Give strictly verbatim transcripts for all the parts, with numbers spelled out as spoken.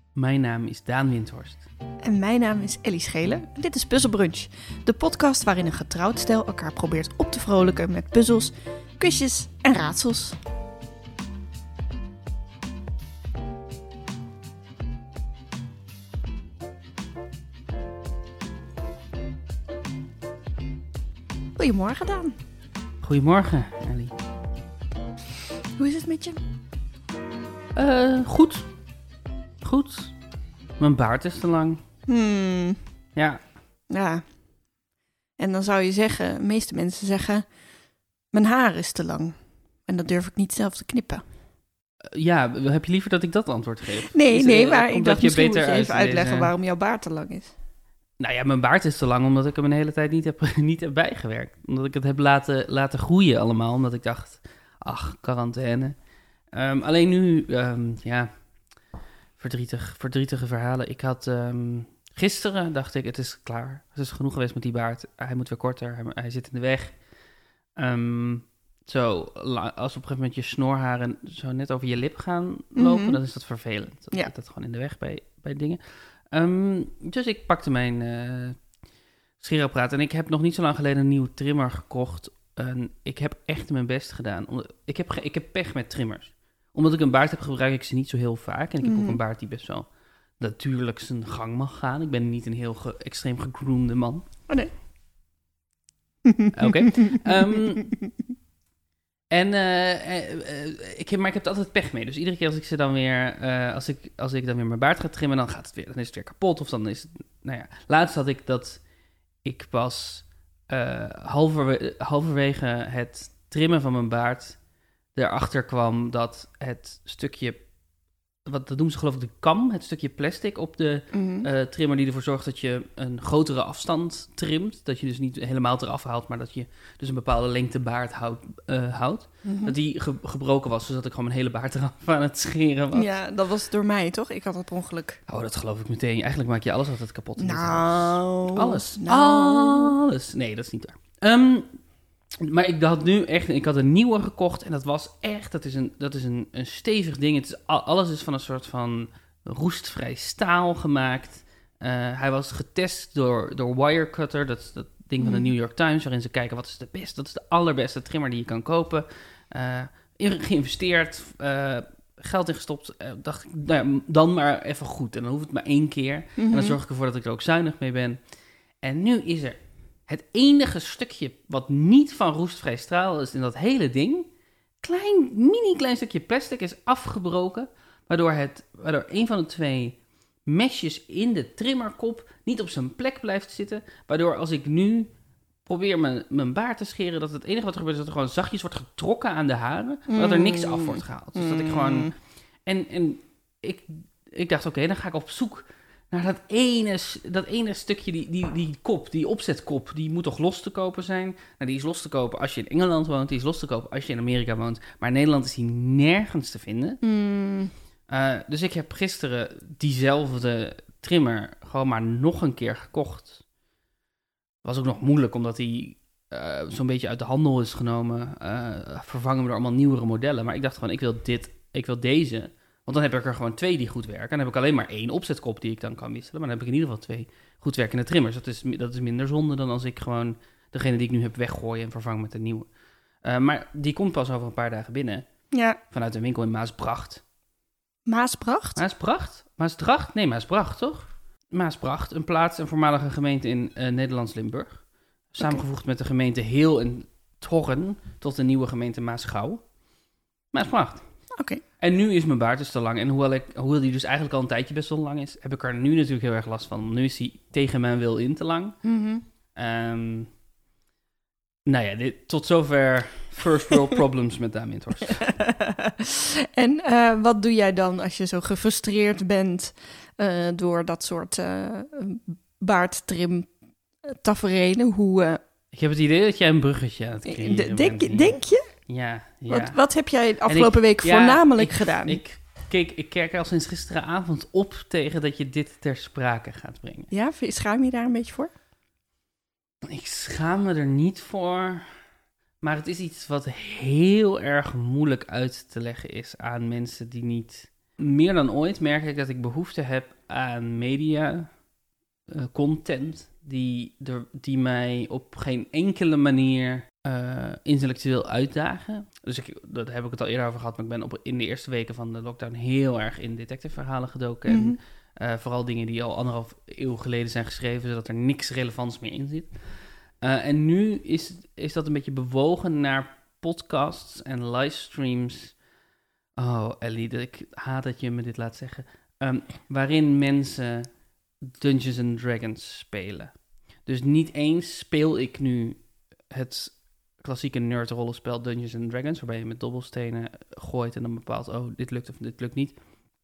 Mijn naam is Daan Windhorst. En mijn naam is Ellie Schelen. En dit is Puzzle Brunch, de podcast waarin een getrouwd stel elkaar probeert op te vrolijken met puzzels, quizjes en raadsels. Goedemorgen, Daan. Goedemorgen, Ellie. Hoe is het met je? Uh, goed. Goed. Mijn baard is te lang. Hmm. Ja. Ja. En dan zou je zeggen, de meeste mensen zeggen, mijn haar is te lang. En dat durf ik niet zelf te knippen. Uh, ja, heb je liever dat ik dat antwoord geef? Nee, is, nee, uh, maar ik dacht je misschien beter moet je even uit uitleggen deze... waarom jouw baard te lang is. Nou ja, mijn baard is te lang omdat ik hem een hele tijd niet heb, niet heb bijgewerkt. Omdat ik het heb laten, laten groeien allemaal. Omdat ik dacht, ach, quarantaine. Um, alleen nu, um, ja, verdrietig, verdrietige verhalen. Ik had, um, gisteren dacht ik, het is klaar. Het is genoeg geweest met die baard. Hij moet weer korter, hij, hij zit in de weg. Um, zo, als op een gegeven moment je snorharen zo net over je lip gaan lopen, mm-hmm. dan is dat vervelend. Dan ja. zit dat gewoon in de weg bij, bij dingen. Um, dus ik pakte mijn uh, scheerapparaat en ik heb nog niet zo lang geleden een nieuwe trimmer gekocht. En ik heb echt mijn best gedaan. Omdat, ik, heb ge- ik heb pech met trimmers. Omdat ik een baard heb, gebruik ik ze niet zo heel vaak. En ik heb mm. ook een baard die best wel natuurlijk zijn gang mag gaan. Ik ben niet een heel ge- extreem gegroomde man. Oh nee. Oké. Okay. Um, En uh, uh, uh, ik heb, maar ik heb er altijd pech mee. Dus iedere keer als ik ze dan weer, uh, als ik, als ik dan weer mijn baard ga trimmen, dan gaat het weer, dan is het weer kapot. Of dan is het, nou ja. Laatst had ik dat ik pas uh, halverwe- halverwege het trimmen van mijn baard erachter kwam dat het stukje, wat dat noemen ze geloof ik de kam, het stukje plastic op de mm-hmm. uh, trimmer die ervoor zorgt dat je een grotere afstand trimt. Dat je dus niet helemaal eraf haalt, maar dat je dus een bepaalde lengte baard houd, uh, houdt. Mm-hmm. Dat die ge- gebroken was, dus dat ik gewoon mijn hele baard eraf aan het scheren was. Ja, dat was door mij, toch? Ik had dat per ongeluk. Oh, dat geloof ik meteen. Eigenlijk maak je alles altijd kapot. Nou. Alles. Nou. Alles. Nee, dat is niet waar. Um, Maar ik had nu echt, ik had een nieuwe gekocht en dat was echt, dat is een, dat is een, een stevig ding. Het is, alles is van een soort van roestvrij staal gemaakt. Uh, hij was getest door, door Wirecutter, dat is dat ding van de New York Times, waarin ze kijken wat is de beste, dat is de allerbeste trimmer die je kan kopen. Uh, geïnvesteerd, uh, geld ingestopt, uh, dacht ik, nou ja, dan maar even goed. En dan hoeft het maar één keer. Mm-hmm. En dan zorg ik ervoor dat ik er ook zuinig mee ben. En nu is er het enige stukje wat niet van roestvrij straal is in dat hele ding, klein, mini klein stukje plastic is afgebroken, waardoor, het, waardoor een van de twee mesjes in de trimmerkop niet op zijn plek blijft zitten, waardoor als ik nu probeer mijn, mijn baard te scheren, dat het enige wat er gebeurt is dat er gewoon zachtjes wordt getrokken aan de haren, maar dat er niks af wordt gehaald. Dus dat ik gewoon... En, en ik, ik dacht, oké, okay, dan ga ik op zoek naar dat ene, dat ene stukje, die, die, die kop, die opzetkop, die moet toch los te kopen zijn? Nou, die is los te kopen als je in Engeland woont, die is los te kopen als je in Amerika woont. Maar in Nederland is die nergens te vinden. Mm. Uh, dus ik heb gisteren diezelfde trimmer gewoon maar nog een keer gekocht. Was ook nog moeilijk, omdat die uh, zo'n beetje uit de handel is genomen. Uh, vervangen we door allemaal nieuwere modellen. Maar ik dacht gewoon, ik wil dit, ik wil deze. Want dan heb ik er gewoon twee die goed werken. En dan heb ik alleen maar één opzetkop die ik dan kan wisselen. Maar dan heb ik in ieder geval twee goed werkende trimmers. Dat is, dat is minder zonde dan als ik gewoon degene die ik nu heb weggooi en vervang met een nieuwe. Uh, maar die komt pas over een paar dagen binnen. Ja. Vanuit een winkel in Maasbracht. Maasbracht? Maasbracht? Maasdracht? Nee, Maasbracht, toch? Maasbracht, een plaats, een voormalige gemeente in uh, Nederlands Limburg. Samengevoegd okay. met de gemeente Heel en Torren tot de nieuwe gemeente Maasgouw. Maasbracht. Oké. Okay. En nu is mijn baard dus te lang. En hoewel, ik, hoewel die dus eigenlijk al een tijdje best wel lang is, heb ik er nu natuurlijk heel erg last van. Nu is hij tegen mijn wil in te lang. Mm-hmm. Um, nou ja, dit, tot zover first world problems met Daan Windhorst. En uh, wat doe jij dan als je zo gefrustreerd bent uh, door dat soort uh, baardtrim taferelen? Hoe... Uh, ik heb het idee dat jij een bruggetje aan het creëren d- denk, bent. Denk je? Ja, ja. Wat, wat heb jij de afgelopen ik, week ja, voornamelijk ik, gedaan? Ik, keek, ik kijk al sinds gisteravond op tegen dat je dit ter sprake gaat brengen. Ja, schaam je daar een beetje voor? Ik schaam me er niet voor, maar het is iets wat heel erg moeilijk uit te leggen is aan mensen die niet meer dan ooit merk ik dat ik behoefte heb aan media, uh, content, die, er, die mij op geen enkele manier uh, intellectueel uitdagen. Dus ik, daar heb ik het al eerder over gehad, maar ik ben op, in de eerste weken van de lockdown heel erg in detective verhalen gedoken. Mm-hmm. En uh, vooral dingen die al anderhalf eeuw geleden zijn geschreven, zodat er niks relevants meer in zit. Uh, en nu is, is dat een beetje bewogen naar podcasts en livestreams. Oh, Ellie, ik haat dat je me dit laat zeggen. Um, waarin mensen Dungeons and Dragons spelen. Dus niet eens speel ik nu het klassieke nerd-rollenspel Dungeons and Dragons, waarbij je met dobbelstenen gooit en dan bepaalt, oh, dit lukt of dit lukt niet.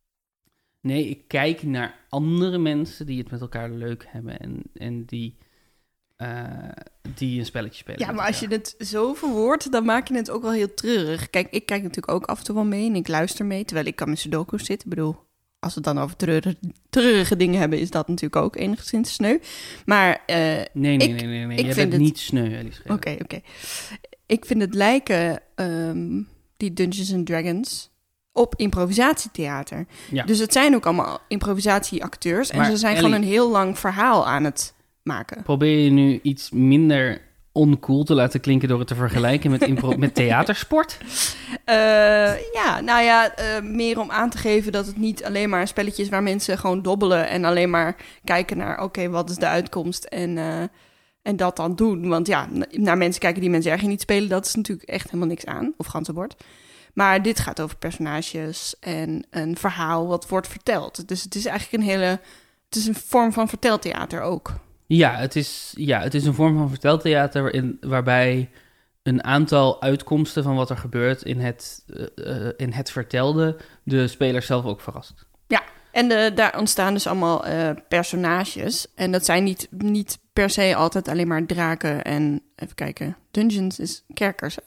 Nee, ik kijk naar andere mensen die het met elkaar leuk hebben en, en die, uh, die een spelletje spelen. Ja, maar als je het zo verwoordt, dan maak je het ook wel heel treurig. Kijk, ik kijk natuurlijk ook af en toe wel mee en ik luister mee, terwijl ik aan mijn sudoku zit. Ik bedoel, als we het dan over treurige, treurige dingen hebben, is dat natuurlijk ook enigszins sneu. Maar uh, nee, nee, ik, nee, nee, nee. Ik je vind bent het niet sneu, Alice. Oké, oké. Okay. Ik vind het lijken, um, die Dungeons and Dragons, op improvisatietheater. Ja. Dus het zijn ook allemaal improvisatieacteurs en maar ze zijn Ellie, gewoon een heel lang verhaal aan het maken. Probeer je nu iets minder oncool te laten klinken door het te vergelijken met, impro- met theatersport? Uh, ja, nou ja, uh, meer om aan te geven dat het niet alleen maar een spelletje is waar mensen gewoon dobbelen en alleen maar kijken naar, oké, okay, wat is de uitkomst en, uh, en dat dan doen. Want ja, naar mensen kijken die mensen ergens niet spelen, dat is natuurlijk echt helemaal niks aan, of ganzenbord. Maar dit gaat over personages en een verhaal wat wordt verteld. Dus het is eigenlijk een hele, het is een vorm van verteltheater ook. Ja, het is, ja, het is een vorm van verteltheater waarin, waarbij een aantal uitkomsten van wat er gebeurt in het, uh, in het vertelde de speler zelf ook verrast. Ja, en de, daar ontstaan dus allemaal uh, personages. En dat zijn niet, niet per se altijd alleen maar draken en, even kijken, dungeons is kerkers.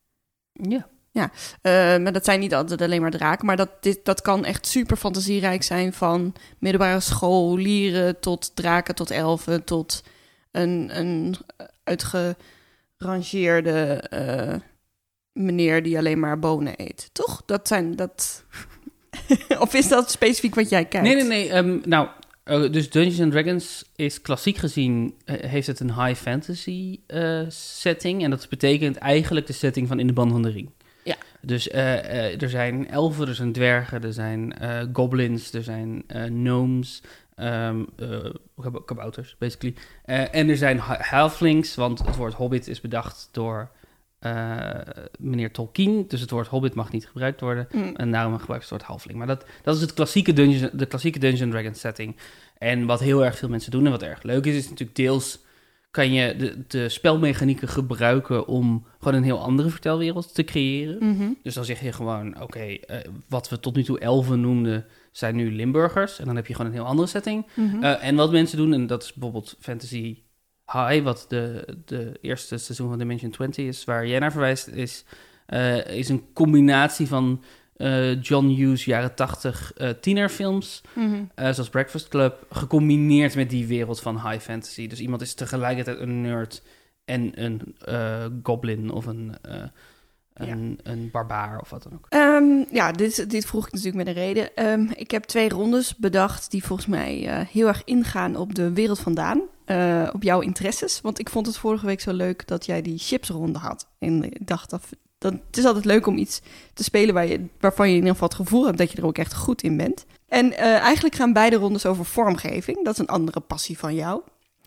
Ja. Ja, uh, maar dat zijn niet altijd alleen maar draken. Maar dat, dit, dat kan echt super fantasierijk zijn, van middelbare scholieren tot draken, tot elfen, tot een, een uitgerangeerde uh, meneer die alleen maar bonen eet. Toch? Dat zijn dat. Of is dat specifiek wat jij kijkt? Nee, nee, nee. Um, nou, uh, dus Dungeons and Dragons is klassiek gezien, uh, heeft het een high fantasy uh, setting. En dat betekent eigenlijk de setting van In de Ban van de Ring. Ja. Dus uh, uh, er zijn elfen, er zijn dwergen, er zijn uh, goblins, er zijn uh, gnomes, um, uh, kabouters, basically. Uh, en er zijn halflings, want het woord hobbit is bedacht door uh, meneer Tolkien. Dus het woord hobbit mag niet gebruikt worden. Mm. En daarom gebruikt het woord halfling. Maar dat, dat is het klassieke Dungeons, de klassieke Dungeons and Dragons setting. En wat heel erg veel mensen doen en wat erg leuk is, is natuurlijk deels kan je de, de spelmechanieken gebruiken om gewoon een heel andere vertelwereld te creëren. Mm-hmm. Dus dan zeg je gewoon, oké, okay, uh, wat we tot nu toe elfen noemden, zijn nu Limburgers. En dan heb je gewoon een heel andere setting. Mm-hmm. Uh, en wat mensen doen, en dat is bijvoorbeeld Fantasy High, wat de, de eerste seizoen van Dimension twintig is, waar jij naar verwijst, is, uh, is een combinatie van Uh, John Hughes jaren tachtig uh, tienerfilms, mm-hmm. uh, zoals Breakfast Club, gecombineerd met die wereld van high fantasy. Dus iemand is tegelijkertijd een nerd en een uh, goblin of een, uh, een, ja. een barbaar of wat dan ook. Um, ja, dit, dit vroeg ik natuurlijk met een reden. Um, ik heb twee rondes bedacht die volgens mij uh, heel erg ingaan op de wereld vandaan. Uh, op jouw interesses. Want ik vond het vorige week zo leuk dat jij die chipsronde had. En ik dacht, dat, dat, het is altijd leuk om iets te spelen waar je, waarvan je in ieder geval het gevoel hebt dat je er ook echt goed in bent. En uh, eigenlijk gaan beide rondes over vormgeving. Dat is een andere passie van jou.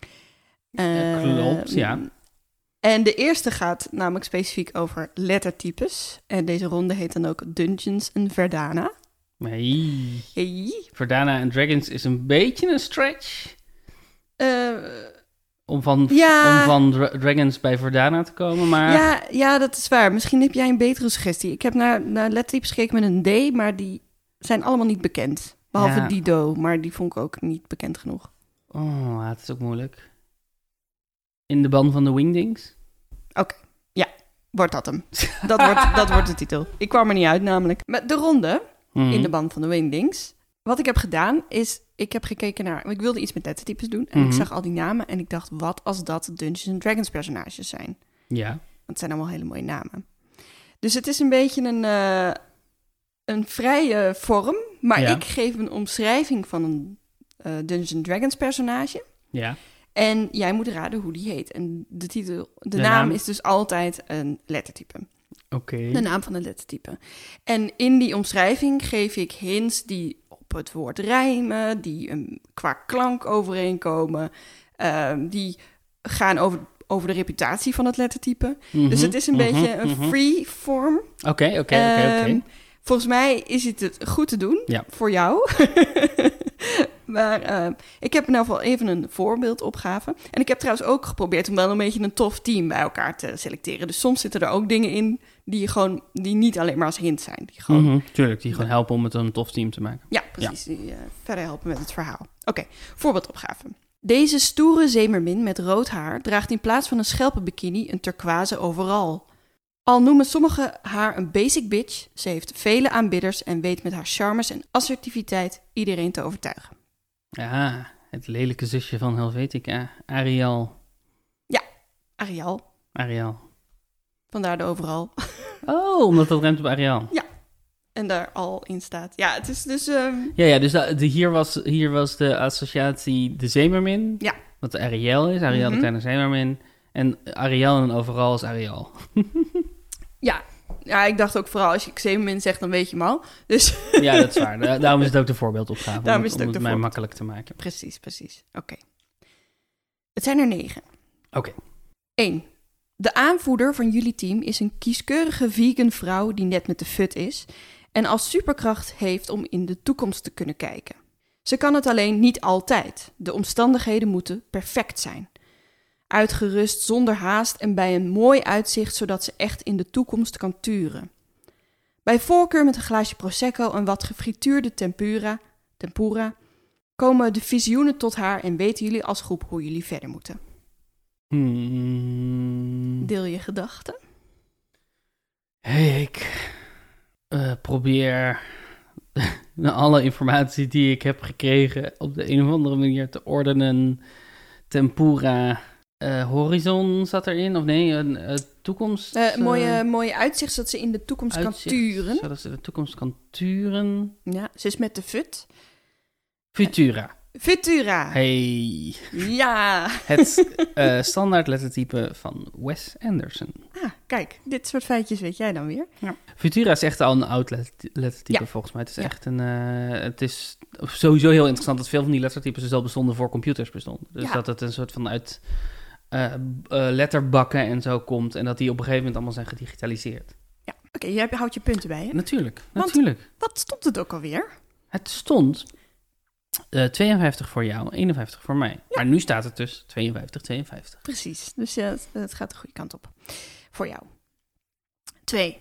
Uh, Klopt, ja. En de eerste gaat namelijk specifiek over lettertypes. En deze ronde heet dan ook Dungeons en Verdana. Hey. Hey. Verdana en Dragons is een beetje een stretch. Uh, om van, ja. om van dra- Dragons bij Verdana te komen, maar... Ja, ja, dat is waar. Misschien heb jij een betere suggestie. Ik heb naar, naar lettertypes gekeken met een D, maar die zijn allemaal niet bekend. Behalve ja. Dido, maar die vond ik ook niet bekend genoeg. Oh, het is ook moeilijk. In de ban van de Wingdings? Oké, okay. Ja, wordt dat hem. Dat wordt, dat wordt de titel. Ik kwam er niet uit namelijk. Maar de ronde, mm-hmm. In de ban van de Wingdings. Wat ik heb gedaan is, ik heb gekeken naar... Ik wilde iets met lettertypes doen en mm-hmm. ik zag al die namen en ik dacht, wat als dat Dungeons and Dragons personages zijn? Ja. Want het zijn allemaal hele mooie namen. Dus het is een beetje een, uh, een vrije vorm. maar Ja. ik geef een omschrijving van een uh, Dungeons Dragons personage. Ja. En jij moet raden hoe die heet. En de titel, de, De naam, naam? is dus altijd een lettertype. Oké. De naam van een lettertype. En in die omschrijving geef ik hints die op het woord rijmen, die um, qua klank overeenkomen, uh, die gaan over, over de reputatie van het lettertype. Mhm, Dus het is een mhm, beetje een mhm. free form. Oké, oké, oké, oké. Um, Volgens mij is het, het goed te doen Ja. voor jou. Maar uh, ik heb in ieder geval even een voorbeeldopgave. En ik heb trouwens ook geprobeerd om wel een beetje een tof team bij elkaar te selecteren. Dus soms zitten er ook dingen in die, je gewoon, die niet alleen maar als hint zijn. Die gewoon, Mhm, tuurlijk, die gewoon helpen om het een tof team te maken. Ja, precies. Die uh, verder helpen met het verhaal. Oké, okay, voorbeeldopgave. Deze stoere zeemermin met rood haar draagt in plaats van een schelpenbikini een turquoise overal. Al noemen sommigen haar een basic bitch, ze heeft vele aanbidders en weet met haar charmes en assertiviteit iedereen te overtuigen. Ja, het lelijke zusje van Helvetica, Ariel. Ja, Ariel. Ariel. Vandaar de overal. Oh, omdat dat ruimt op Ariel. Ja, en daar al in staat. Ja, het is dus... Um... Ja, ja, dus de, de, hier, was, hier was de associatie de zeemermin. Ja. Wat de Ariel is, Ariel Mm-hmm. de kleine zeemermin. En Ariel en overal is Ariel. Ja. Ja, ik dacht ook vooral als je zeemermin zegt, dan weet je hem al. Dus... Ja, dat is waar. Da- daarom is het ook de voorbeeldopgave. Daarom om is het om ook het de mij voorbeeld. makkelijk te maken. Precies, precies. Oké. Okay. Het zijn er negen. Oké. Okay. één. De aanvoerder van jullie team is een kieskeurige vegan vrouw die net met de fut is en als superkracht heeft om in de toekomst te kunnen kijken. Ze kan het alleen niet altijd. De omstandigheden moeten perfect zijn. Uitgerust, zonder haast en bij een mooi uitzicht, zodat ze echt in de toekomst kan turen. Bij voorkeur met een glaasje prosecco en wat gefrituurde tempura, tempura komen de visioenen tot haar en weten jullie als groep hoe jullie verder moeten. Hmm. Deel je gedachten? Hey, ik uh, probeer alle informatie die ik heb gekregen op de een of andere manier te ordenen. Tempura, uh, horizon zat erin, of nee, een uh, toekomst. Uh, mooie, uh, mooie uitzicht, zodat ze in de toekomst uitzicht, kan turen. Zodat ze de toekomst kan turen. Ja, ze is met de fut. Futura. Futura. Hey. Ja. Het uh, standaard lettertype van Wes Anderson. Ah, kijk, dit soort feitjes weet jij dan weer. Ja. Futura is echt al een oud lettertype ja. volgens mij. Het is ja. echt een... Uh, het is sowieso heel interessant dat veel van die lettertypes dus al bestonden voor computers bestonden. Dus ja. dat het een soort van uit uh, uh, letterbakken en zo komt en dat die op een gegeven moment allemaal zijn gedigitaliseerd. Ja, oké, okay, jij houdt je punten bij, hè? Natuurlijk, Want, natuurlijk. Wat stond het ook alweer? Het stond uh, tweeënvijftig voor jou, eenenvijftig voor mij. Ja. Maar nu staat het dus tweeënvijftig, tweeënvijftig. Precies, dus ja, het, het gaat de goede kant op. Voor jou. Twee.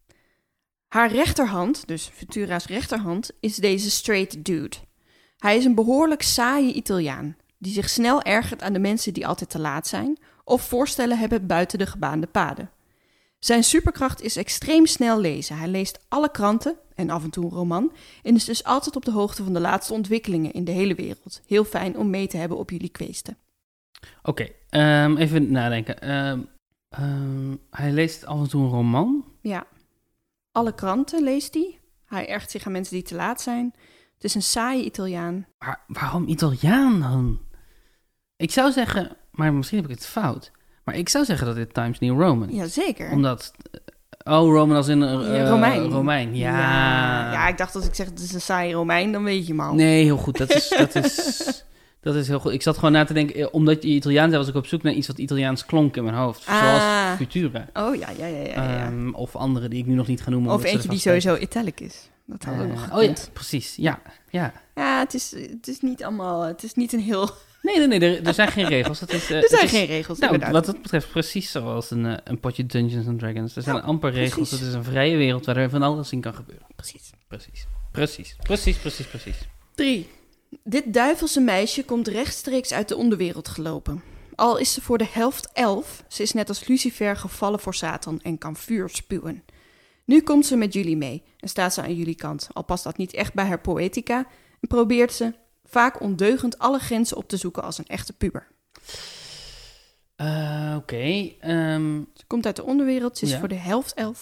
Haar rechterhand, dus Futura's rechterhand, is deze straight dude. Hij is een behoorlijk saaie Italiaan, die zich snel ergert aan de mensen die altijd te laat zijn of voorstellen hebben buiten de gebaande paden. Zijn superkracht is extreem snel lezen. Hij leest alle kranten en af en toe een roman en is dus altijd op de hoogte van de laatste ontwikkelingen in de hele wereld. Heel fijn om mee te hebben op jullie kweesten. Oké, okay, um, even nadenken. Um, um, hij leest af en toe een roman? Ja. Alle kranten leest hij. Hij ergert zich aan mensen die te laat zijn. Het is een saaie Italiaan. Maar waarom Italiaan dan? Ik zou zeggen, maar misschien heb ik het fout. Maar ik zou zeggen dat dit Times New Roman is. Jazeker. Omdat, oh, Roman als in een uh, Romein. Romein, ja. ja. Ja, ik dacht als ik zeg het is een saaie Romein, dan weet je hem al. Nee, heel goed. Dat is, dat is, dat is heel goed. Ik zat gewoon na te denken, omdat je Italiaan zei, was ik op zoek naar iets wat Italiaans klonk in mijn hoofd. Ah. Zoals Futura. Oh, ja, ja, ja. ja, ja. Um, of andere die ik nu nog niet ga noemen. Of eentje die sowieso italic is. Dat had uh, ook nog gekund. Oh ja, precies. Ja, ja. Ja, het is, het is niet allemaal, het is niet een heel... Nee, nee, nee, er, er zijn geen regels. Dat is, uh, er zijn is, geen regels, nou, inderdaad. Wat dat betreft precies zoals een, uh, een potje Dungeons and Dragons. Er zijn ja, amper precies. regels. Het is een vrije wereld waar er van alles in kan gebeuren. Precies. Precies, precies, precies, precies, precies. Drie. Dit duivelse meisje komt rechtstreeks uit de onderwereld gelopen. Al is ze voor de helft elf, ze is net als Lucifer gevallen voor Satan en kan vuur spuwen. Nu komt ze met jullie mee en staat ze aan jullie kant. Al past dat niet echt bij haar poëtica en probeert ze vaak ondeugend alle grenzen op te zoeken als een echte puber. Uh, Oké. Okay, um, ze komt uit de onderwereld, ze is ja. voor de helft elf.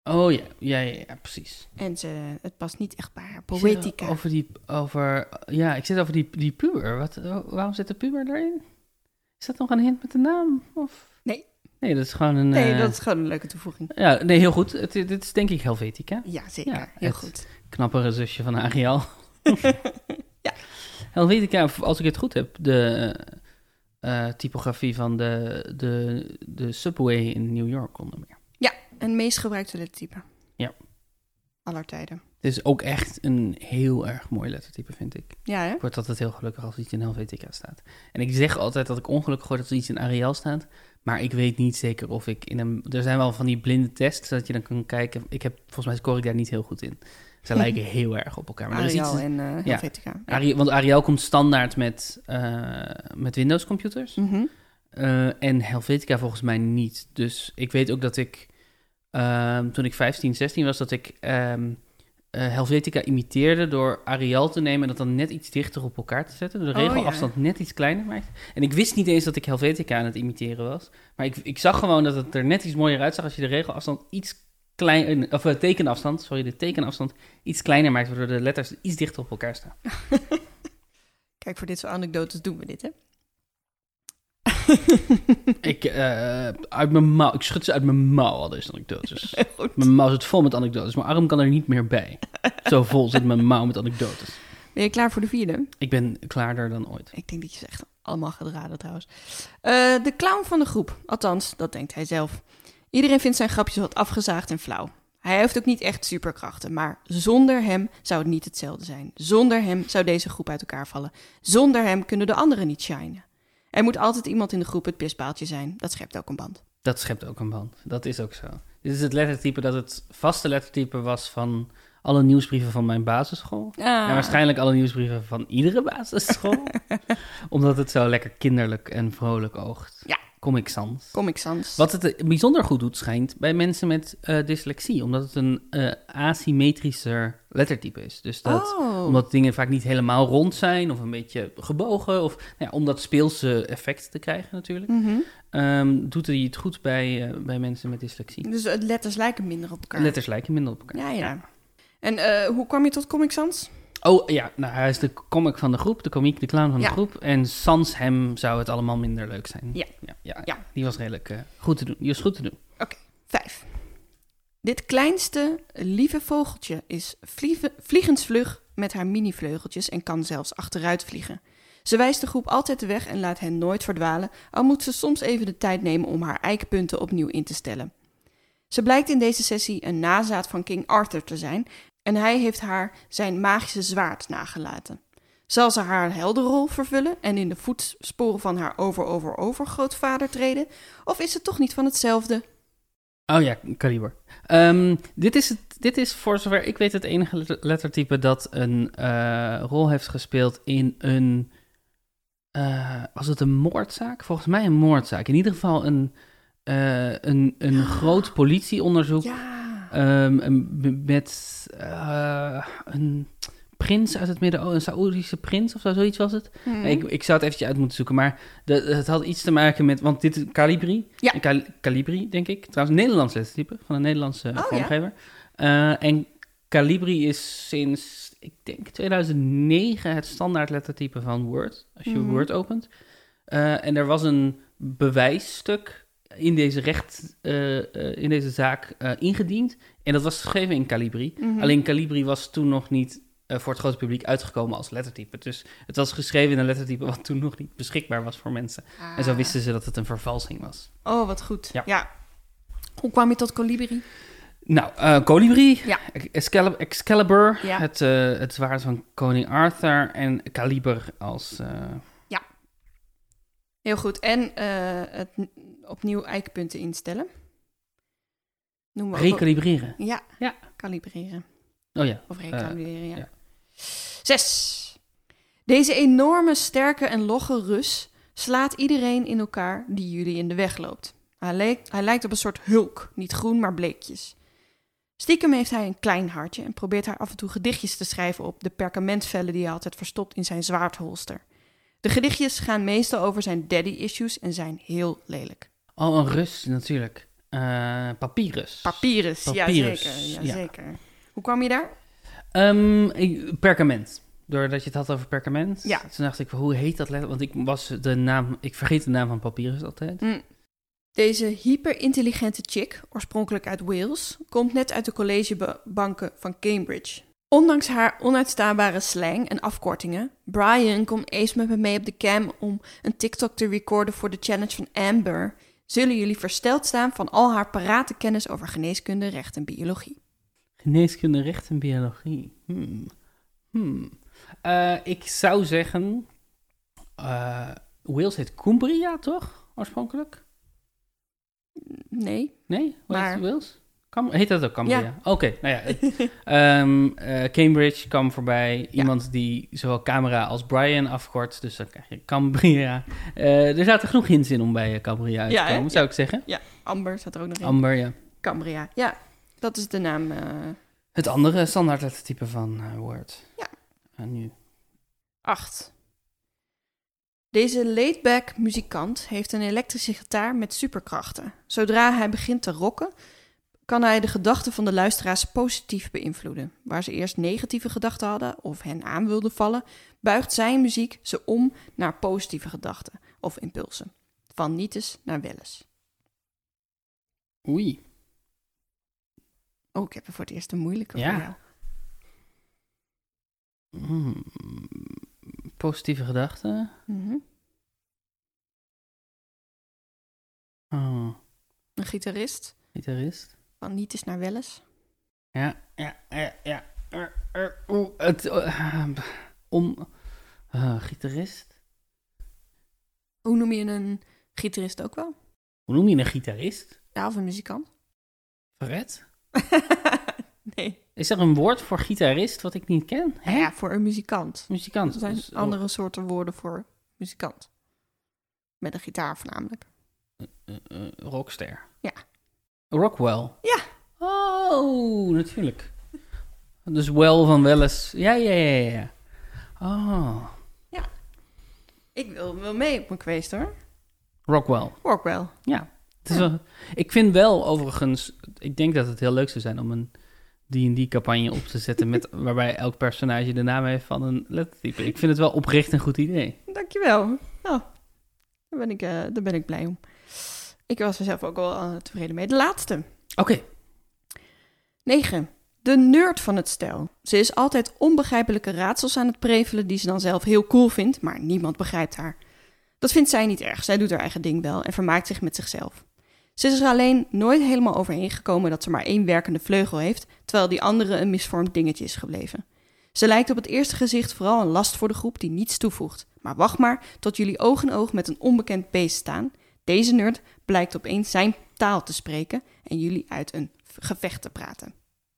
Oh ja, ja, ja, ja precies. En ze, het past niet echt bij haar Ik zit poëtica. Over die, over, ja, ik zit over die, die puber. Wat, waarom zit de puber erin? Is dat nog een hint met de naam? Of? Nee. Nee, dat is gewoon een... Nee, uh, dat is gewoon een leuke toevoeging. Ja, nee, heel goed. Het, dit is denk ik Helvetica. Ja, zeker. Ja, Heel het goed. Knappere zusje van Ariel. Ja. Helvetica, als ik het goed heb, de uh, typografie van de, de, de subway in New York onder meer. Ja, een meest gebruikte lettertype. Ja. Aller tijden. Het is ook echt een heel erg mooi lettertype, vind ik. Ja, hè? Ik word altijd heel gelukkig als iets in Helvetica staat. En ik zeg altijd dat ik ongelukkig word als iets in Arial staat. Maar ik weet niet zeker of ik in een... Er zijn wel van die blinde tests dat je dan kan kijken. Ik heb, volgens mij score ik daar niet heel goed in. Ze lijken heel erg op elkaar. Maar Arial er is iets, en uh, Helvetica. Ja, Ari, want Arial komt standaard met, uh, met Windows computers. Mm-hmm. Uh, en Helvetica volgens mij niet. Dus ik weet ook dat ik... Uh, toen ik vijftien, zestien was, dat ik... Um, Uh, Helvetica imiteerde door Arial te nemen en dat dan net iets dichter op elkaar te zetten. De regelafstand oh, ja. net iets kleiner maakt. En ik wist niet eens dat ik Helvetica aan het imiteren was. Maar ik, ik zag gewoon dat het er net iets mooier uitzag als je de regelafstand iets kleiner... Of de tekenafstand, sorry, de tekenafstand iets kleiner maakt, waardoor de letters iets dichter op elkaar staan. Kijk, voor dit soort anekdotes doen we dit, hè? ik, uh, uit mijn mouw, ik schud ze uit mijn mouw, al deze anekdotes. Mijn mouw zit vol met anekdotes. Mijn arm kan er niet meer bij. Zo vol zit mijn mouw met anekdotes. Ben je klaar voor de vierde? Ik ben klaarder dan ooit. Ik denk dat je ze echt allemaal gaat raden trouwens. Uh, de clown van de groep. Althans, dat denkt hij zelf. Iedereen vindt zijn grapjes wat afgezaagd en flauw. Hij heeft ook niet echt superkrachten, maar zonder hem zou het niet hetzelfde zijn. Zonder hem zou deze groep uit elkaar vallen. Zonder hem kunnen de anderen niet shinen. Er moet altijd iemand in de groep het pispaaltje zijn. Dat schept ook een band. Dat schept ook een band. Dat is ook zo. Dit is het lettertype dat het vaste lettertype was van alle nieuwsbrieven van mijn basisschool. Ah. En waarschijnlijk alle nieuwsbrieven van iedere basisschool. Omdat het zo lekker kinderlijk en vrolijk oogt. Ja. Comic Sans. Comic Sans. Wat het bijzonder goed doet, schijnt, bij mensen met uh, dyslexie. Omdat het een uh, asymmetrischer lettertype is. Dus dat, oh. omdat dingen vaak niet helemaal rond zijn of een beetje gebogen. Of nou ja, om dat speelse effect te krijgen natuurlijk. Mm-hmm. Um, doet hij het goed bij, uh, bij mensen met dyslexie. Dus uh, letters lijken minder op elkaar. Letters lijken minder op elkaar. Ja, ja. En uh, hoe kwam je tot Comic Sans? Oh ja, nou hij is de comic van de groep, de komiek, de clown van ja. de groep. En sans hem zou het allemaal minder leuk zijn. Ja. Ja, ja, ja. Die was redelijk uh, goed te doen. Die was goed te doen. Oké, okay. Vijf. Dit kleinste, lieve vogeltje is vliegen, vliegensvlug met haar mini-vleugeltjes en kan zelfs achteruit vliegen. Ze wijst de groep altijd de weg en laat hen nooit verdwalen, al moet ze soms even de tijd nemen om haar eikpunten opnieuw in te stellen. Ze blijkt in deze sessie een nazaat van King Arthur te zijn en hij heeft haar zijn magische zwaard nagelaten. Zal ze haar heldenrol vervullen en in de voetsporen van haar over-over-over-grootvader treden? Of is het toch niet van hetzelfde? Oh ja, kaliber. Um, dit, is het, dit is voor zover ik weet het enige lettertype dat een uh, rol heeft gespeeld in een... Uh, was het een moordzaak? Volgens mij een moordzaak. In ieder geval een, uh, een, een groot politieonderzoek. Ja. Um, met uh, een prins uit het Midden-Oosten, een Saoedische prins of zo, zoiets was het. Hmm. Ik, ik zou het eventjes uit moeten zoeken, maar de, het had iets te maken met, want dit is Calibri. Ja. Cal, Calibri, denk ik. Trouwens, een Nederlands lettertype van een Nederlandse oh, vormgever. Ja? Uh, en Calibri is sinds, ik denk tweeduizend negen het standaard lettertype van Word, als je hmm. Word opent. Uh, en er was een bewijsstuk in deze recht, uh, uh, in deze zaak uh, ingediend. En dat was geschreven in Calibri. Mm-hmm. Alleen Calibri was toen nog niet uh, voor het grote publiek uitgekomen als lettertype. Dus het was geschreven in een lettertype wat toen nog niet beschikbaar was voor mensen. Ah. En zo wisten ze dat het een vervalsing was. Oh, wat goed. Ja. ja. Hoe kwam je tot Colibri? Nou, uh, Colibri, ja. Excalibur, Excalibur ja. het, uh, het zwaard van koning Arthur en Kaliber als... Uh... Ja. Heel goed. En uh, het opnieuw eikpunten instellen. Noem maar recalibreren. Op... Ja. ja, kalibreren. Oh ja. Of recalibreren, uh, ja. ja. Zes. Deze enorme, sterke en logge Rus slaat iedereen in elkaar die jullie in de weg loopt. Hij, le- hij lijkt op een soort Hulk, niet groen, maar bleekjes. Stiekem heeft hij een klein hartje en probeert hij af en toe gedichtjes te schrijven op de perkamentvellen die hij altijd verstopt in zijn zwaardholster. De gedichtjes gaan meestal over zijn daddy-issues en zijn heel lelijk. Oh, een Rus, natuurlijk. Uh, papyrus. Papyrus, Papyrus, ja zeker. Ja, ja. zeker. Hoe kwam je daar? Um, ik, perkament. Doordat je het had over perkament. Ja. Toen dacht ik, hoe heet dat letter? Want ik was de naam, ik vergeet de naam van papyrus altijd. Mm. Deze hyperintelligente chick, oorspronkelijk uit Wales, komt net uit de collegebanken van Cambridge. Ondanks haar onuitstaanbare slang en afkortingen, Brian komt eens met me mee op de cam om een TikTok te recorden voor de challenge van Amber, zullen jullie versteld staan van al haar parate kennis over geneeskunde, recht en biologie. Geneeskunde, recht en biologie. Hmm. Hmm. Uh, ik zou zeggen, uh, Wales heet Cumbria, toch? Oorspronkelijk? Nee. Nee? Wat maar... is Wales? Cam- heet dat ook Cambria? Ja. Oké, okay, nou ja. um, uh, Cambridge kwam voorbij. Ja. Iemand die zowel camera als Brian afkort. Dus dan krijg je Cambria. Uh, er zaten genoeg hints in om bij uh, Cambria uit te ja, komen, hè? zou ja. ik zeggen. Ja, Amber staat er ook nog in. Amber, ja. Cambria, ja. Dat is de naam. Uh... Het andere standaard lettertype van uh, Word. Ja. Uh, nu. Acht. Deze laidback muzikant heeft een elektrische gitaar met superkrachten. Zodra hij begint te rocken, kan hij de gedachten van de luisteraars positief beïnvloeden. Waar ze eerst negatieve gedachten hadden of hen aan wilden vallen, buigt zijn muziek ze om naar positieve gedachten of impulsen. Van nietes naar welles. Oei. Oh, ik heb er voor het eerst een moeilijke ja. voor jou. Hmm. Positieve gedachten. Mm-hmm. Oh. Een gitarist. Gitarist. Van nietes naar welles. Ja, ja, ja, ja. Uh, uh, uh, het, uh, om, uh, gitarist. Hoe noem je een gitarist ook wel? Hoe noem je een gitarist? Ja, of een muzikant. Fret? Nee. Is er een woord voor gitarist wat ik niet ken? Hè? Ja, voor een muzikant. Muzikant. Er zijn dus, andere oh. soorten woorden voor muzikant. Met een gitaar voornamelijk. Uh, uh, uh, rockster. Ja. Rockwell. Ja. Oh, natuurlijk. Dus wel van Welles. Ja, ja, ja, ja. Oh. Ja. Ik wil wel mee op mijn quiz, hoor. Rockwell. Rockwell. Ja. Het is Ja. wel, ik vind wel overigens, ik denk dat het heel leuk zou zijn om een D en D-campagne op te zetten met, waarbij elk personage de naam heeft van een lettertype. Ik vind het wel oprecht een goed idee. Dankjewel. Nou, daar ben ik, uh, daar ben ik blij om. Ik was er zelf ook wel uh, tevreden mee. De laatste. Oké. Okay. negen. De nerd van het stel. Ze is altijd onbegrijpelijke raadsels aan het prevelen die ze dan zelf heel cool vindt, maar niemand begrijpt haar. Dat vindt zij niet erg. Zij doet haar eigen ding wel en vermaakt zich met zichzelf. Ze is er alleen nooit helemaal overheen gekomen dat ze maar één werkende vleugel heeft, terwijl die andere een misvormd dingetje is gebleven. Ze lijkt op het eerste gezicht vooral een last voor de groep die niets toevoegt. Maar wacht maar tot jullie oog in oog met een onbekend beest staan. Deze nerd blijkt opeens zijn taal te spreken en jullie uit een gevecht te praten.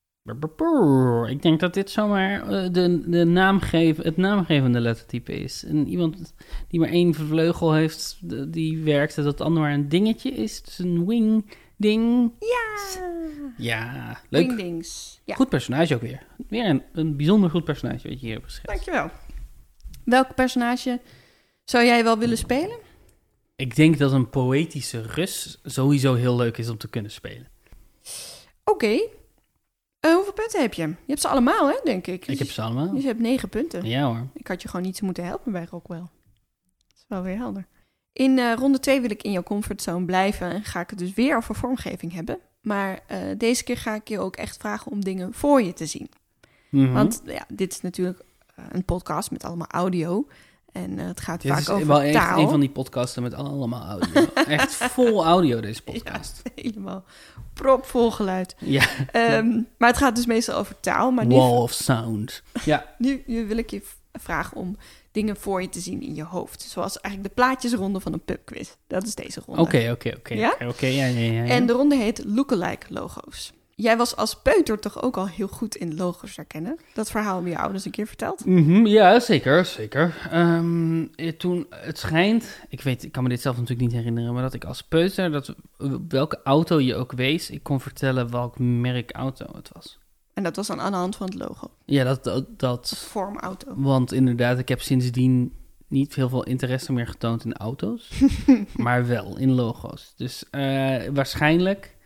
Ik denk dat dit zomaar uh, de, de naamgeef, het naamgevende lettertype is. En iemand die maar één vleugel heeft, die werkt, dat het ander maar een dingetje is. Dus een wing-ding. Ja! Ja, leuk. Wingdings. Ja. Goed personage ook weer. Weer een, een bijzonder goed personage wat je hier hebt geschreven. Dankjewel. Welk personage zou jij wel willen spelen? Ik denk dat een poëtische Rus sowieso heel leuk is om te kunnen spelen. Oké. Okay. Uh, hoeveel punten heb je? Je hebt ze allemaal, hè, denk ik. Ik heb ze allemaal. Dus je hebt negen punten. Ja hoor. Ik had je gewoon niet moeten helpen bij Rockwell. Dat is wel weer helder. In uh, ronde twee wil ik in jouw comfortzone blijven en ga ik het dus weer over vormgeving hebben. Maar uh, deze keer ga ik je ook echt vragen om dingen voor je te zien. Mm-hmm. Want ja, dit is natuurlijk uh, een podcast met allemaal audio. En uh, het gaat dit vaak is over wel taal. echt een van die podcasten met allemaal audio. Echt vol audio deze podcast. Ja, helemaal propvol geluid. Ja. Um, maar het gaat dus meestal over taal. Maar nu, Wall of sound. Ja. Nu, nu wil ik je vragen om dingen voor je te zien in je hoofd. Zoals eigenlijk de plaatjesronde van een pubquiz. Dat is deze ronde. Oké, oké, oké. Ja? Oké, ja, ja, ja, ja. En de ronde heet Lookalike logo's. Jij was als peuter toch ook al heel goed in logo's herkennen? Dat verhaal hebben je ouders een keer verteld? Mm-hmm, ja, zeker, zeker. Um, toen, het schijnt, ik weet, ik kan me dit zelf natuurlijk niet herinneren, maar dat ik als peuter, dat welke auto je ook wees, ik kon vertellen welk merk auto het was. En dat was dan aan de hand van het logo? Ja, dat... dat, dat vormauto. Want inderdaad, ik heb sindsdien niet heel veel interesse meer getoond in auto's, maar wel in logo's. Dus uh, waarschijnlijk...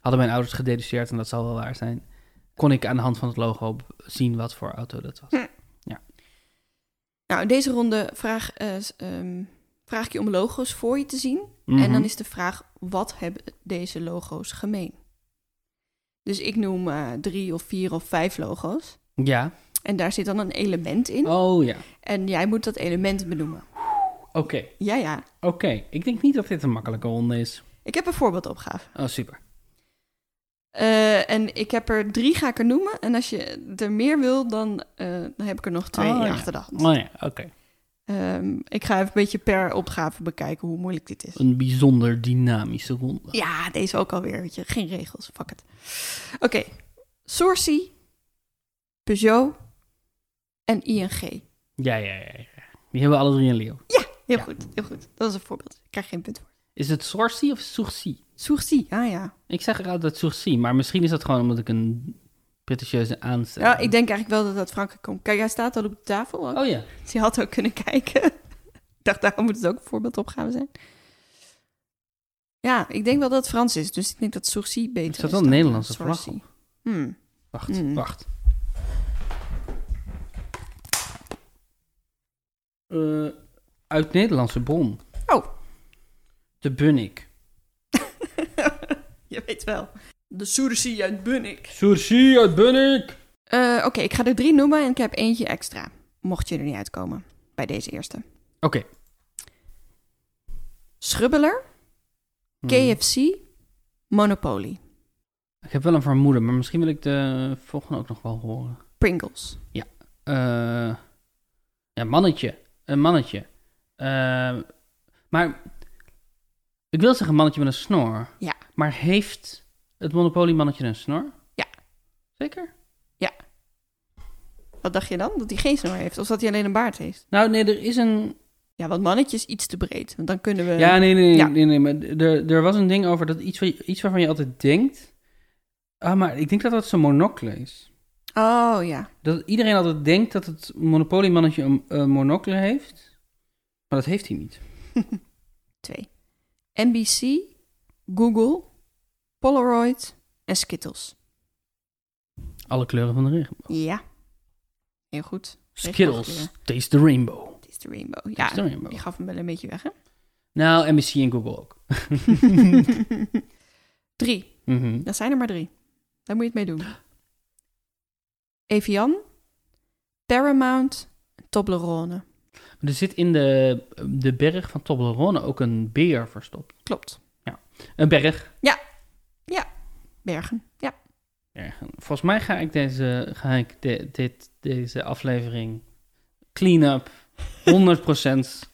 hadden mijn ouders gededuceerd, en dat zal wel waar zijn, kon ik aan de hand van het logo zien wat voor auto dat was. Hm. Ja. Nou, in deze ronde vraag, uh, um, vraag ik je om logo's voor je te zien. Mm-hmm. En dan is de vraag, wat hebben deze logo's gemeen? Dus ik noem uh, drie of vier of vijf logo's. Ja. En daar zit dan een element in. Oh ja. En jij moet dat element benoemen. Oké. Okay. Ja, ja. Oké. Okay. Ik denk niet dat dit een makkelijke ronde is. Ik heb een voorbeeldopgave. Oh, super. Uh, en ik heb er drie ga ik er noemen. En als je er meer wil, dan, uh, dan heb ik er nog twee oh, achter ja. de hand. Oh ja, oké. Okay. Um, ik ga even een beetje per opgave bekijken hoe moeilijk dit is. Een bijzonder dynamische ronde. Ja, deze ook alweer, weet je. Geen regels, fuck it. Oké. Okay. Sourcy, Peugeot en I N G. Ja, ja, ja, ja. Die hebben alle drie een leeuw. Ja, heel ja. goed, heel goed. Dat is een voorbeeld. Ik krijg geen punt voor. Is het Sourcy of Sourcy? Sourcy, ah ja. Ik zeg er altijd Sourcy, maar misschien is dat gewoon omdat ik een pretentieuze aanstelling Ja, ik denk eigenlijk wel dat dat Frankrijk komt. Kijk, hij staat al op de tafel ook. Oh ja. Dus je had ook kunnen kijken. Ik dacht, daarom moet het ook een voorbeeldopgave zijn. Ja, ik denk wel dat het Frans is. Dus ik denk dat Sourcy beter is. Er staat wel een Nederlandse vlag op. Hmm. Wacht, hmm. wacht. Uh, uit Nederlandse bron. Oh. De Bunnik. Je weet wel. De Sourcy uit Bunnik. Sourcy uit Bunnik. Uh, Oké, okay, ik ga er drie noemen en ik heb eentje extra. Mocht je er niet uitkomen bij deze eerste. Oké. Okay. Schrubbeler, hmm. K F C, Monopoly. Ik heb wel een vermoeden, maar misschien wil ik de volgende ook nog wel horen. Pringles. Ja. Uh, ja, mannetje. Een mannetje. Uh, maar ik wil zeggen mannetje met een snor. Ja. Maar heeft het Monopoly mannetje een snor? Ja. Zeker? Ja. Wat dacht je dan? Dat hij geen snor heeft? Of dat hij alleen een baard heeft? Nou, nee, er is een... Ja, want mannetje is iets te breed. Want dan kunnen we... Ja, nee, nee, nee. Ja. nee, nee maar er, er was een ding over dat iets, iets waarvan je altijd denkt... Ah, maar ik denk dat dat zo'n monocle is. Oh, ja. Dat iedereen altijd denkt dat het Monopoly-mannetje een uh, monocle heeft. Maar dat heeft hij niet. Twee. N B C, Google, Polaroid en Skittles. Alle kleuren van de regenboog. Ja. Heel goed. Skittles, taste the rainbow. Taste the rainbow. Taste Ja, the rainbow. je gaf hem wel een beetje weg, hè? Nou, N B C en Google ook. Drie. Mm-hmm. Dat zijn er maar drie. Daar moet je het mee doen. Evian, Paramount, Toblerone. Er zit in de, de berg van Toblerone ook een beer verstopt. Klopt. Ja. Een berg. Ja. Ja. Bergen. Ja. Bergen. Volgens mij ga ik deze, ga ik de, dit, deze aflevering clean up. honderd procent.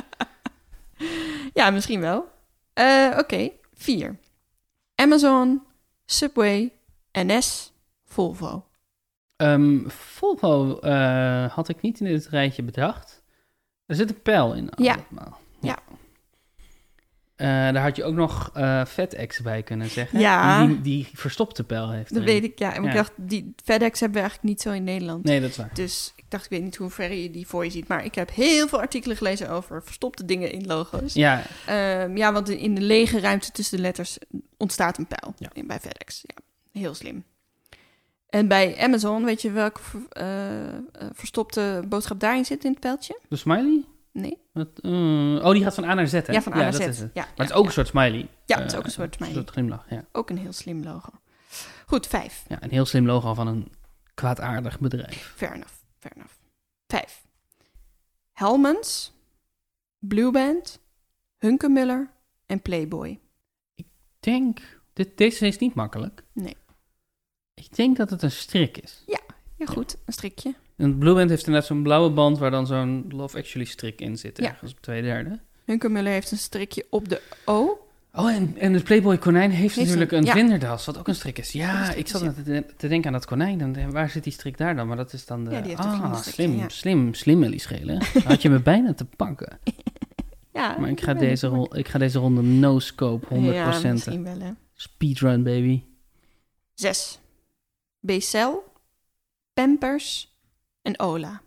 Ja, misschien wel. Uh, Oké. Okay. Vier. Amazon, Subway, N S, Volvo. Um, Volvo uh, had ik niet in dit rijtje bedacht. Er zit een pijl in. Ja. Allemaal. Ja. Uh, daar had je ook nog uh, FedEx bij kunnen zeggen. Ja. Die, die verstopte pijl heeft. Dat erin. weet ik, ja. En ja. ik dacht, die FedEx hebben we eigenlijk niet zo in Nederland. Nee, dat is waar. Dus ik dacht, ik weet niet hoe ver je die voor je ziet. Maar ik heb heel veel artikelen gelezen over verstopte dingen in logo's. Ja. Um, ja, want in de lege ruimte tussen de letters ontstaat een pijl. Ja. Bij FedEx, ja. Heel slim. En bij Amazon, weet je welke uh, uh, verstopte boodschap daarin zit in het pijltje? De smiley? Nee. Wat, uh, oh, die gaat van A naar Z, hè? Ja, van A ja, naar dat Z. Is het. Ja, maar ja, het is ook ja. een soort smiley. Ja, het is ook een soort uh, smiley. Een soort glimlach, ja. Ook een heel slim logo. Goed, vijf. Ja, een heel slim logo van een kwaadaardig bedrijf. Fair enough, fair enough. Vijf. Hellmans, Blue Band, Hunkemöller en Playboy. Ik denk... Dit, deze is niet makkelijk. Nee. Ik denk dat het een strik is. Ja, heel goed. Ja. Een strikje. En Blue Band heeft inderdaad zo'n blauwe band waar dan zo'n Love Actually strik in zit. Ja. Ergens op twee derde. Hunkemöller heeft een strikje op de O. Oh, en, en het Playboy konijn heeft, heeft natuurlijk een, een ja. vlinderdas, wat ook een strik is. Ja, strik ik zat is, ja. te, te denken aan dat konijn. En waar zit die strik daar dan? Maar dat is dan de... Ja, die heeft ah, een slim, ja. slim, slim, Ellie Schelen. Had je me bijna te pakken. Ja, maar ik ga, deze ro- ik ga deze ronde no-scope, honderd procent. Ja, misschien wel, hè. Speedrun, baby. Zes. Becel, Pampers en Ola.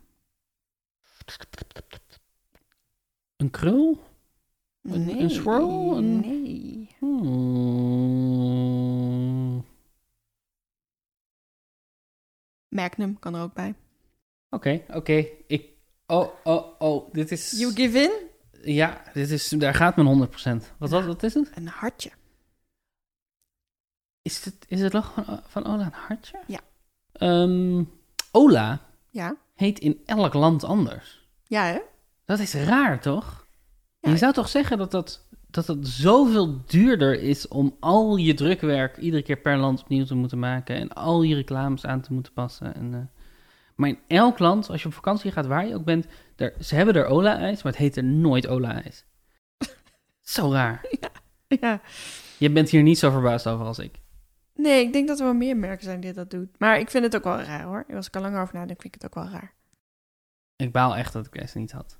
Een krul? Een, Nee. een swirl? Een... Nee. Hmm. Magnum kan er ook bij. Oké, okay, oké. Okay. Ik... Oh, oh, oh. Dit is... You give in? Ja, dit is... Daar gaat mijn honderd procent. Wat, wat, wat is het? Een hartje. Is het, is het logo van, van Ola een hartje? Ja. Um, Ola ja. heet in elk land anders. Ja, hè? Dat is raar, toch? Ja. Je zou toch zeggen dat, dat, dat het zoveel duurder is om al je drukwerk iedere keer per land opnieuw te moeten maken en al je reclames aan te moeten passen. En, uh, maar in elk land, als je op vakantie gaat, waar je ook bent, daar, ze hebben er Ola-ijs, maar het heet er nooit Ola-ijs. Zo raar. Ja. ja. Je bent hier niet zo verbaasd over als ik. Nee, ik denk dat er wel meer merken zijn die dat doen. Maar ik vind het ook wel raar, hoor. Als ik er langer over nadenk, vind ik het ook wel raar. Ik baal echt dat ik deze niet had.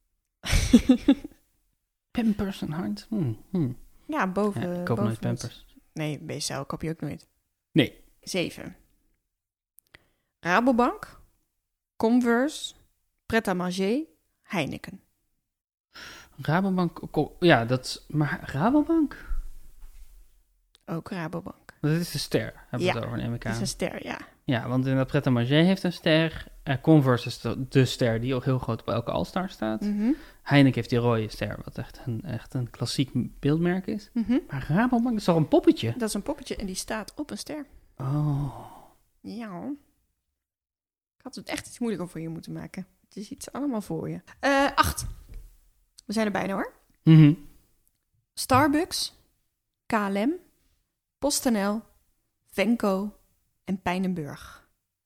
Pampers en hart. Hmm, hmm. Ja, boven... Ja, ik koop boven nooit Pampers. Nee, B C L koop je ook nooit. Nee. Zeven. Rabobank, Converse, Pret à Manger, Heineken. Rabobank, ja, dat is... Maar Rabobank? Ook Rabobank. Dat is de ster, hebben we ja, het over, neem ik aan. dat is een ster, ja. Ja, want in dat Pret à Manger heeft een ster. Uh, Converse is de, de ster die ook heel groot op elke All-Star staat. Mm-hmm. Heineken heeft die rode ster, wat echt een, echt een klassiek beeldmerk is. Mm-hmm. Maar Rabobank is toch een poppetje? Dat is een poppetje en die staat op een ster. Oh. Ja. Ik had het echt iets moeilijker voor je moeten maken. Het is iets allemaal voor je. Uh, acht. We zijn er bijna, hoor. Mm-hmm. Starbucks, K L M, PostNL, Venco en Pijnenburg.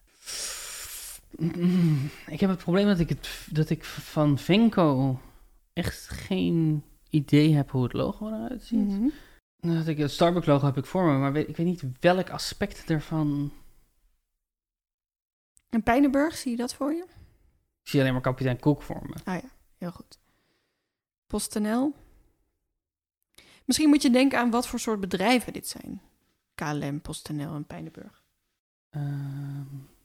Mm, ik heb het probleem dat ik, het, dat ik van Venco echt geen idee heb hoe het logo eruit ziet. Mm-hmm. Dat ik, het Starbucks logo heb ik voor me, maar weet, ik weet niet welk aspect ervan. En Pijnenburg, zie je dat voor je? Ik zie alleen maar kapitein Cook voor me. Ah ja, heel goed. PostNL. Misschien moet je denken aan wat voor soort bedrijven dit zijn. K L M, PostNL en Pijnenburg. Uh,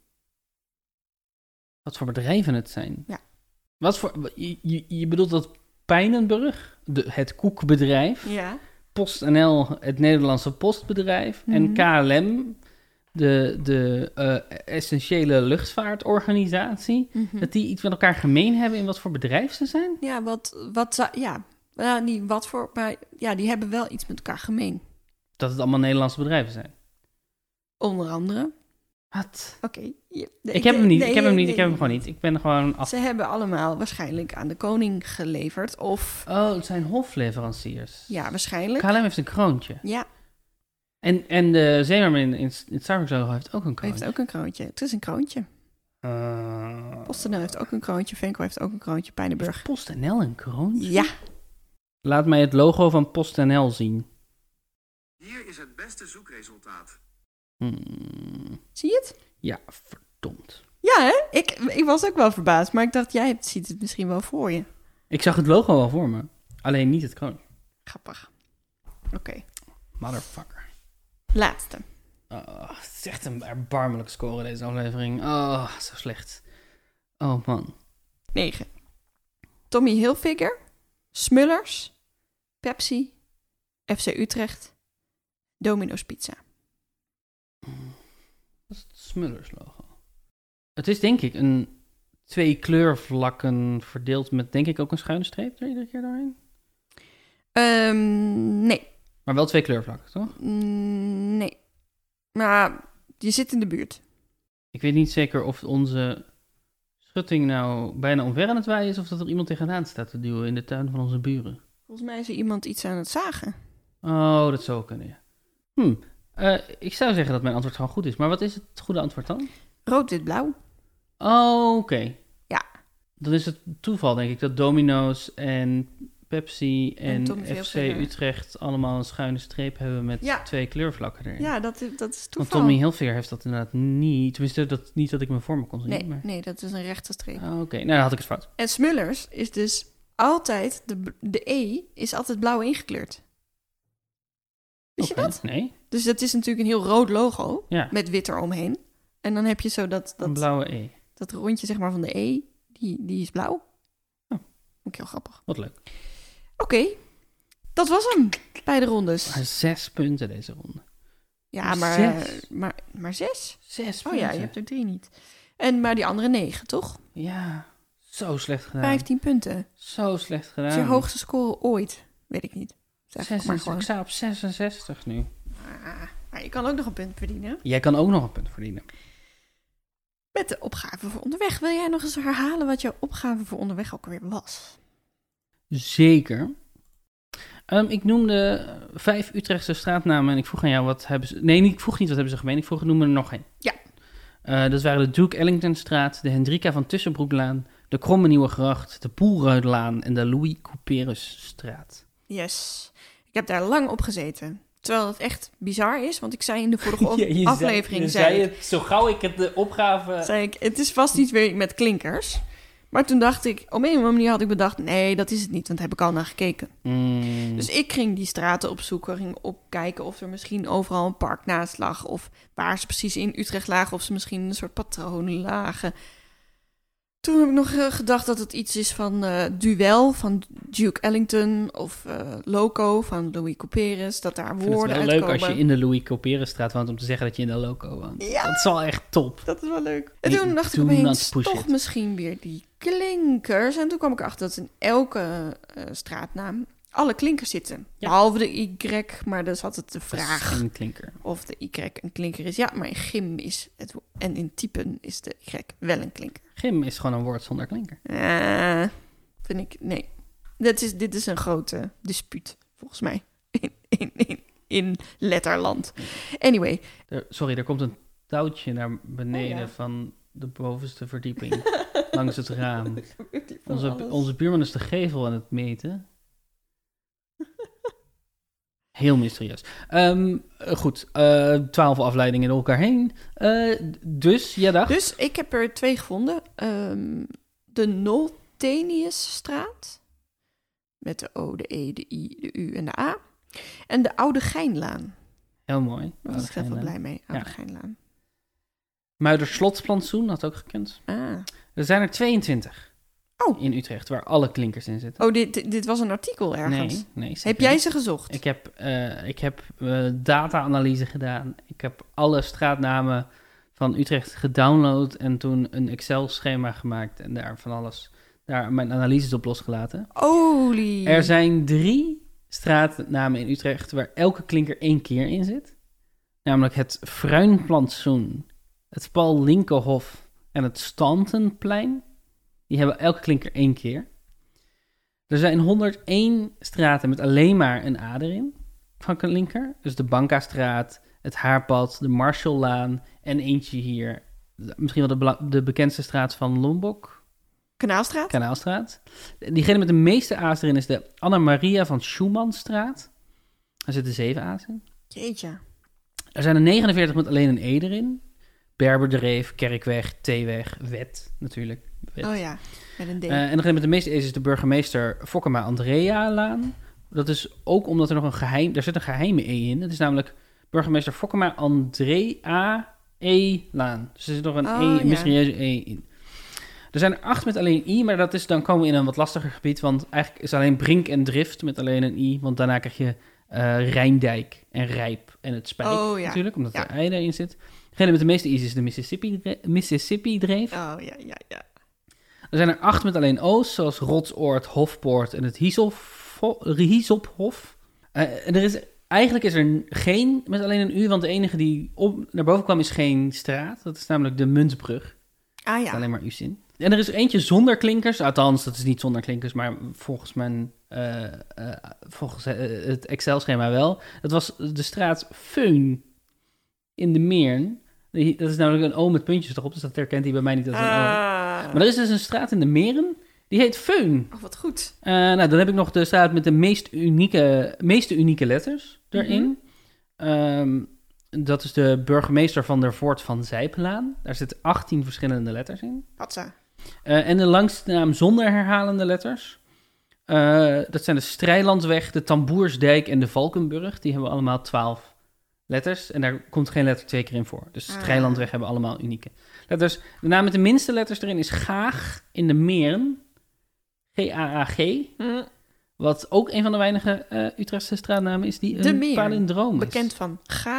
wat voor bedrijven het zijn? Ja. Wat voor, je, je, je bedoelt dat Pijnenburg, de, het koekbedrijf, ja. PostNL, het Nederlandse postbedrijf, mm-hmm. en K L M, de, de uh, essentiële luchtvaartorganisatie, mm-hmm. dat die iets met elkaar gemeen hebben in wat voor bedrijf ze zijn? Ja, wat, wat ja, nou, niet wat voor, maar ja, die hebben wel iets met elkaar gemeen. Dat het allemaal Nederlandse bedrijven zijn? Onder andere. Wat? Oké. Okay. Ik heb hem niet, nee, ik heb hem niet, nee, ik heb hem gewoon niet. Ik ben gewoon af... Ze hebben allemaal waarschijnlijk aan de koning geleverd, of... Oh, het zijn hofleveranciers. Ja, waarschijnlijk. K L M heeft een kroontje. Ja. En, en de zeemermin in, in, in het Starbucks logo heeft ook een kroontje. Heeft ook een kroontje. Het is een kroontje. Uh... PostNL heeft ook een kroontje. Venco heeft ook een kroontje. Pijnenburg. Heeft PostNL een kroontje? Ja. Laat mij het logo van PostNL zien. Hier is het beste zoekresultaat. Hmm. Zie je het? Ja, verdomd. Ja, hè? Ik, ik was ook wel verbaasd, maar ik dacht, jij hebt, ziet het misschien wel voor je. Ik zag het logo wel voor me, alleen niet het kroontje. Grappig. Oké. Okay. Motherfucker. Laatste. Oh, het is echt een erbarmelijke score deze aflevering. Oh, zo slecht. Oh man. negen. Tommy Hilfiger, Smullers, Pepsi, F C Utrecht, Domino's Pizza. Dat is het Smullers logo. Het is denk ik een twee kleurvlakken verdeeld met denk ik ook een schuine streep er iedere keer doorheen. Um, nee. Maar wel twee kleurvlakken, toch? Mm, nee. Maar je zit in de buurt. Ik weet niet zeker of onze schutting nou bijna omver aan het waaien is of dat er iemand tegenaan staat te duwen in de tuin van onze buren. Volgens mij is er iemand iets aan het zagen. Oh, dat zou kunnen, ja. Hm. Uh, ik zou zeggen dat mijn antwoord gewoon goed is. Maar wat is het goede antwoord dan? Rood, wit, blauw. Oh, oké. Okay. Ja. Dan is het toeval, denk ik, dat Domino's en Pepsi en, en F C Utrecht allemaal een schuine streep hebben met ja. twee kleurvlakken erin. Ja, dat, dat is toeval. Want Tommy Hilfiger heeft dat inderdaad niet. Tenminste, dat, niet dat ik me voor me kon zien. Nee, maar... nee, dat is een rechte streep. Oh, oké, okay. Nou, dan had ik het fout. En Smullers is dus altijd, de, de E is altijd blauw ingekleurd. Wist okay. je dat? Nee. Dus dat is natuurlijk een heel rood logo ja. met wit eromheen. En dan heb je zo dat... dat een blauwe E. Dat rondje zeg maar van de E, die, die is blauw. Oh. Ook heel grappig. Wat leuk. Oké, okay. Dat was hem bij de rondes. Maar zes punten deze ronde. Ja, maar Zes. maar, maar zes? Zes Oh punten. ja, je hebt er drie niet. En maar die andere negen, toch? Ja, zo slecht gedaan. Vijftien punten. Zo slecht gedaan. Dat is je hoogste score ooit. Weet ik niet. Zeg ik maar zesenzestig, gewoon. ik sta op zesenzestig nu. Ah, maar je kan ook nog een punt verdienen. Jij kan ook nog een punt verdienen. Met de opgave voor onderweg. Wil jij nog eens herhalen wat jouw opgave voor onderweg ook alweer was? Zeker. Um, ik noemde vijf Utrechtse straatnamen en ik vroeg aan jou wat hebben ze... Nee, niet, ik vroeg niet wat hebben ze gemeen. Ik vroeg noem er nog één. Ja. Uh, dat waren de Duke Ellingtonstraat, de Hendrika van Tussenbroeklaan, de Kromme Nieuwe Gracht, de Poelruidlaan en de Louis Couperusstraat. Yes. Ik heb daar lang op gezeten. Terwijl het echt bizar is, want ik zei in de vorige op- Ja, je aflevering... zei, je zei zei het zo gauw ik het de opgave... zei ik, het is vast iets weer met klinkers. Maar toen dacht ik, op een of andere manier had ik bedacht... nee, dat is het niet, want daar heb ik al naar gekeken. Mm. Dus ik ging die straten opzoeken, ging opkijken of er misschien overal een park naast lag... of waar ze precies in Utrecht lagen, of ze misschien een soort patronen lagen. Toen heb ik nog uh, gedacht dat het iets is van uh, Duel van Duke Ellington... of uh, Loco van Louis Couperus, dat daar Ik vind woorden het wel uitkomen. leuk als je in de Louis Couperusstraat woont om te zeggen dat je in de Loco woont. Ja. Dat is wel echt top. Dat is wel leuk. En Nee, toen dacht ik do opeens, not push toch it. misschien weer die klinkers. En toen kwam ik erachter dat in elke uh, straatnaam alle klinkers zitten. Ja. Behalve de Y, maar dat is altijd de Dat vraag is geen klinker. of de Y een klinker is. Ja, maar in gym is het, wo- en in typen is de Y wel een klinker. Gym is gewoon een woord zonder klinker. Uh, vind ik, nee. Dit is, dit is een grote dispuut, volgens mij, in, in, in, in letterland. Anyway, Er, sorry, er komt een touwtje naar beneden Oh ja. van de bovenste verdieping. Langs het raam. van Onze, alles. onze buurman is de gevel aan het meten. Heel mysterieus. Um, goed, uh, twaalf afleidingen door elkaar heen. Uh, dus, jij dacht... Dus ik heb er twee gevonden. Um, de Nolteniusstraat. Met de O, de E, de I, de U en de A. En de Oude Geinlaan. Heel mooi. Daar was ik zelf wel blij mee. Oude Ja. Geinlaan. Muiderslotplantsoen had ook gekend. Ah. Er zijn er tweeëntwintig Oh. in Utrecht, waar alle klinkers in zitten. Oh, dit, dit was een artikel ergens. Nee, nee. zeker Heb jij niet. ze gezocht? Ik heb, uh, ik heb uh, data-analyse gedaan. Ik heb alle straatnamen van Utrecht gedownload en toen een Excel-schema gemaakt en daar van alles, daar mijn analyses op losgelaten. Olie. Er zijn drie straatnamen in Utrecht waar elke klinker één keer in zit. Namelijk het Fruinplantsoen, het Paul Linkenhof en het Stantenplein. Die hebben elke klinker één keer. Er zijn honderdéén straten met alleen maar een A erin van klinker. Dus de Bankastraat, het Haarpad, de Marshalllaan en eentje hier. Misschien wel de, bela- de bekendste straat van Lombok. Kanaalstraat? Kanaalstraat. Diegene met de meeste A's erin is de Anna-Maria van Schumannstraat. Daar zitten zeven A's in. Jeetje. Er zijn er negenenveertig met alleen een E erin. Berberdreef, Kerkweg, Theeweg, Wet natuurlijk. Wet. Oh ja, met een D. Uh, en degene met de meeste E's is de burgemeester Fokkema Andrea-laan. Dat is ook omdat er nog een geheim... Daar zit een geheime E in. Het is namelijk burgemeester Fokkema Andrea-E-laan. Dus er zit nog een, Oh, e, een ja. mysterieuze E in. Er zijn er acht met alleen I, maar dat is, dan komen we in een wat lastiger gebied. Want eigenlijk is alleen Brink en Drift met alleen een I. Want daarna krijg je uh, Rijndijk en Rijp en het Spijk Oh, ja. natuurlijk. Omdat Ja. er ei erin zit. Degene met de meeste I's is de Mississippi, Mississippi-dreef. Oh ja, ja, ja. Er zijn er acht met alleen O's, zoals Rotsoord, Hofpoort en het Hiesopho- Hiesophof. Uh, en er is, eigenlijk is er geen met alleen een U, want de enige die op, naar boven kwam is geen straat. Dat is namelijk de Muntbrug. Ah Er ja. alleen maar U's in. En er is er eentje zonder klinkers. Althans, dat is niet zonder klinkers, maar volgens mijn uh, uh, volgens uh, het Excel-schema wel. Dat was de straat Feun in de Meern. Die- Dat is namelijk een O met puntjes erop, dus dat herkent hij bij mij niet als een O. Ah. Maar er is dus een straat in de Meren, die heet Feun. Oh, wat goed. Uh, nou, dan heb ik nog de straat met de meest unieke, meeste unieke letters erin. Um, dat is de burgemeester van der Voort van Zijpelaan. Daar zitten achttien verschillende letters in. Patsa. Uh, en de langste naam zonder herhalende letters. Uh, dat zijn de Strijlandweg, de Tamboersdijk en de Valkenburg. Die hebben allemaal twaalf letters. En daar komt geen letter twee keer in voor. Dus de Ah. Strijlandweg hebben allemaal unieke letters. De naam met de minste letters erin is Gaag in de Meeren. G A A G. Hm. Wat ook een van de weinige uh, Utrechtse straatnamen is die De een Meeren. palindroom is. Bekend van Gaag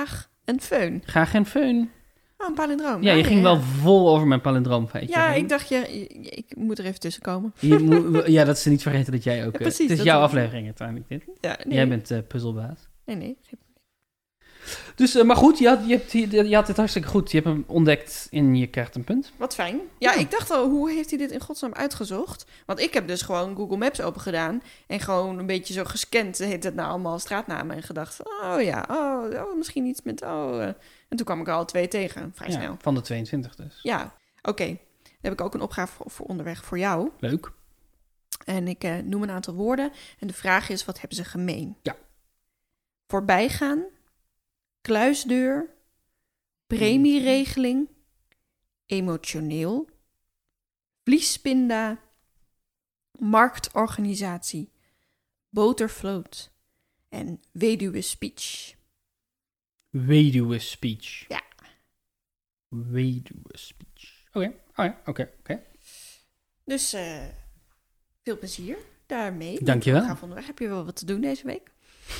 Een föhn. Ga geen föhn. Oh, een palindroom. Ja, je Ah, ging ja. wel vol over mijn palindroomfeitje. Ja, heen. ik dacht, je, je- ik moet er even tussen komen. Je moet, ja, dat ze niet vergeten dat jij ook... Ja, eh, precies, het is dat jouw is- aflevering uiteindelijk, dit. Ja, nee. Jij bent uh, puzzelbaas. Nee, nee. geen- Dus, uh, maar goed, je had, je, hebt, je, je had het hartstikke goed. Je hebt hem ontdekt en je krijgt een punt. Wat fijn. Ja, Ja. ik dacht al, hoe heeft hij dit in godsnaam uitgezocht? Want ik heb dus gewoon Google Maps open gedaan en gewoon een beetje zo gescand, heet het nou allemaal straatnamen en gedacht van, oh ja, oh, oh misschien iets met, oh. eh. En toen kwam ik er al twee tegen, vrij Ja, snel. van de tweeëntwintig dus. Ja, oké. Dan heb ik ook een opgave voor, voor onderweg voor jou. Leuk. En ik eh, noem een aantal woorden. En de vraag is, wat hebben ze gemeen? Ja. Voorbijgaan, kluisdeur, premieregeling, emotioneel, vliespinda, marktorganisatie, botervloot en weduwe speech. Weduwe speech. Ja. Weduwe speech. Oké, okay. oh ja, oké, okay. oké. Okay. Dus uh, veel plezier daarmee. Dankjewel. Ga onderweg. Heb je wel wat te doen deze week?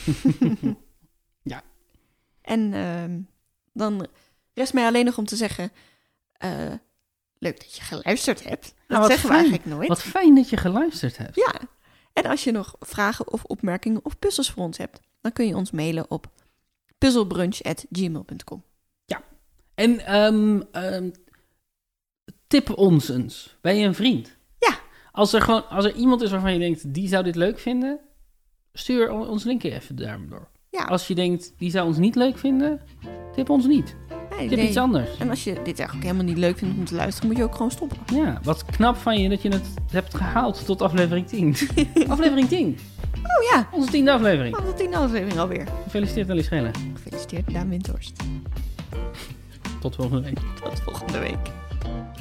Ja. En uh, dan rest mij alleen nog om te zeggen, uh, leuk dat je geluisterd hebt. Dat nou, wat zeggen we fijn. eigenlijk nooit. Wat fijn dat je geluisterd hebt. Ja. En als je nog vragen of opmerkingen of puzzels voor ons hebt, dan kun je ons mailen op puzzelbrunch at gmail dot com. Ja. En um, um, tip ons eens. Ben je een vriend? Ja. Als er, gewoon, als er iemand is waarvan je denkt, die zou dit leuk vinden, stuur ons linkje even daardoor. Ja. Als je denkt, die zou ons niet leuk vinden, tip ons niet. Nee, Tip nee. iets anders. En als je dit eigenlijk helemaal niet leuk vindt om te luisteren, moet je ook gewoon stoppen. Ja, wat knap van je dat je het hebt gehaald tot aflevering tien. aflevering tien. Oh ja, Onze tiende aflevering. oh, de tiende aflevering alweer. Gefeliciteerd Alice Schelen. Gefeliciteerd, Daan Windhorst. Tot volgende week. Tot volgende week.